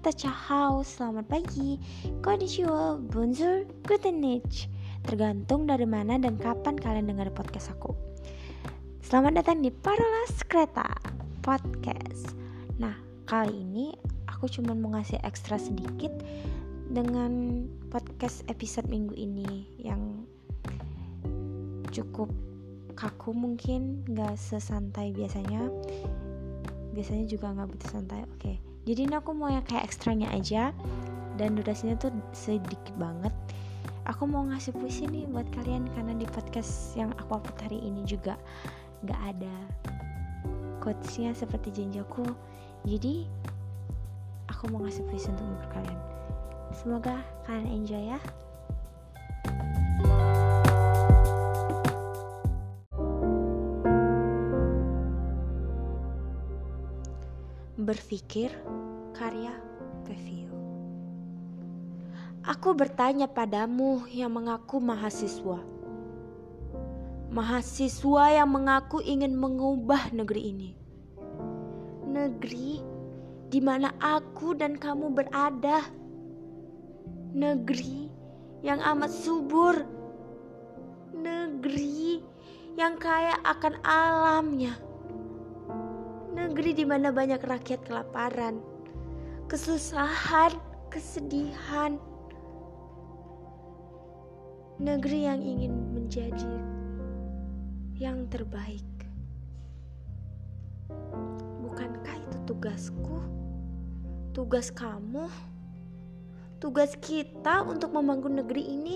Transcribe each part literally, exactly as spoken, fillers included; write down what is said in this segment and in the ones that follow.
Tachahau, selamat pagi, konnichiwa, bonjour, guten night. Tergantung dari mana dan kapan kalian dengar podcast aku. Selamat datang di Parola Sekreta Podcast. Nah, kali ini aku cuma mau ngasih ekstra sedikit dengan podcast episode minggu ini yang cukup kaku, mungkin gak sesantai biasanya. Biasanya juga gak butuh santai. Oke, okay. Jadi ini aku mau yang kayak ekstranya aja, dan durasinya tuh sedikit banget. Aku mau ngasih puisi nih buat kalian, karena di podcast yang aku upload hari ini juga gak ada quotesnya seperti janji aku. Jadi aku mau ngasih puisi untuk menghibur kalian. Semoga kalian enjoy ya. Berpikir, karya Pevio. Aku bertanya padamu yang mengaku mahasiswa. Mahasiswa yang mengaku ingin mengubah negeri ini. Negeri di mana aku dan kamu berada. Negeri yang amat subur. Negeri yang kaya akan alamnya. Negeri di mana banyak rakyat kelaparan, kesusahan, kesedihan. Negeri yang ingin menjadi yang terbaik. Bukankah itu tugasku? Tugas kamu? Tugas kita untuk membangun negeri ini?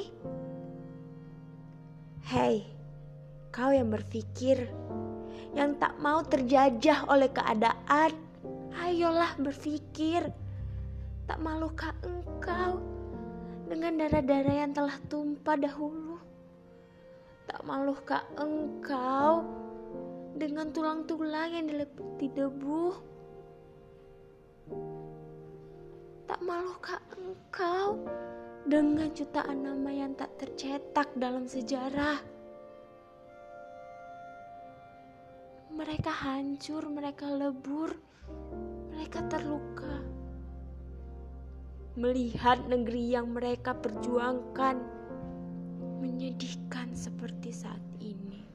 Hei, kau yang berpikir, yang tak mau terjajah oleh keadaan, ayolah berpikir. Tak malukah engkau dengan darah-darah yang telah tumpah dahulu? Tak malukah engkau dengan tulang-tulang yang diliputi debu? Tak malukah engkau dengan jutaan nama yang tak tercetak dalam sejarah? Mereka hancur, mereka lebur, mereka terluka. Melihat negeri yang mereka perjuangkan menyedihkan seperti saat ini.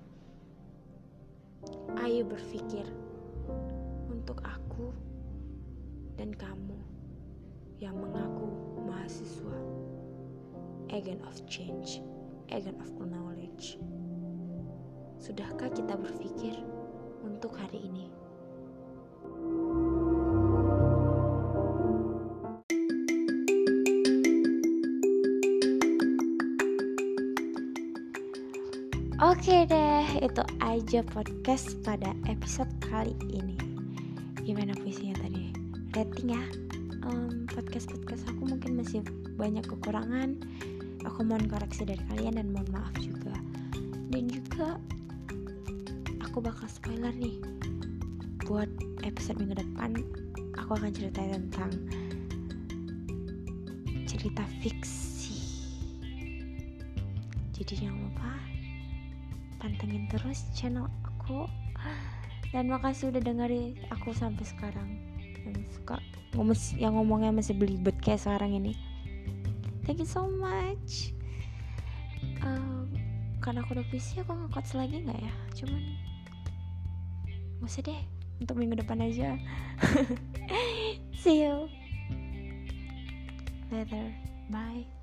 Ayo berpikir untuk aku dan kamu yang mengaku mahasiswa, agent of change, agent of knowledge. Sudahkah kita berpikir untuk hari ini? Oke deh, itu aja podcast pada episode kali ini. Gimana puisinya tadi? Rating ya. um, Podcast-podcast aku mungkin masih banyak kekurangan. Aku mohon koreksi dari kalian dan mohon maaf juga. Dan juga aku bakal spoiler nih, buat episode minggu depan aku akan cerita tentang cerita fiksi. Jadi jangan lupa pantengin terus channel aku. Dan makasih udah dengerin aku sampai sekarang, yang suka ngomong, yang ngomongnya masih belibet kayak sekarang ini. Thank you so much. um, Karena aku udah puisi, aku nge-quotes lagi gak ya? Cuman gak usah deh, untuk minggu depan aja. See you later, bye.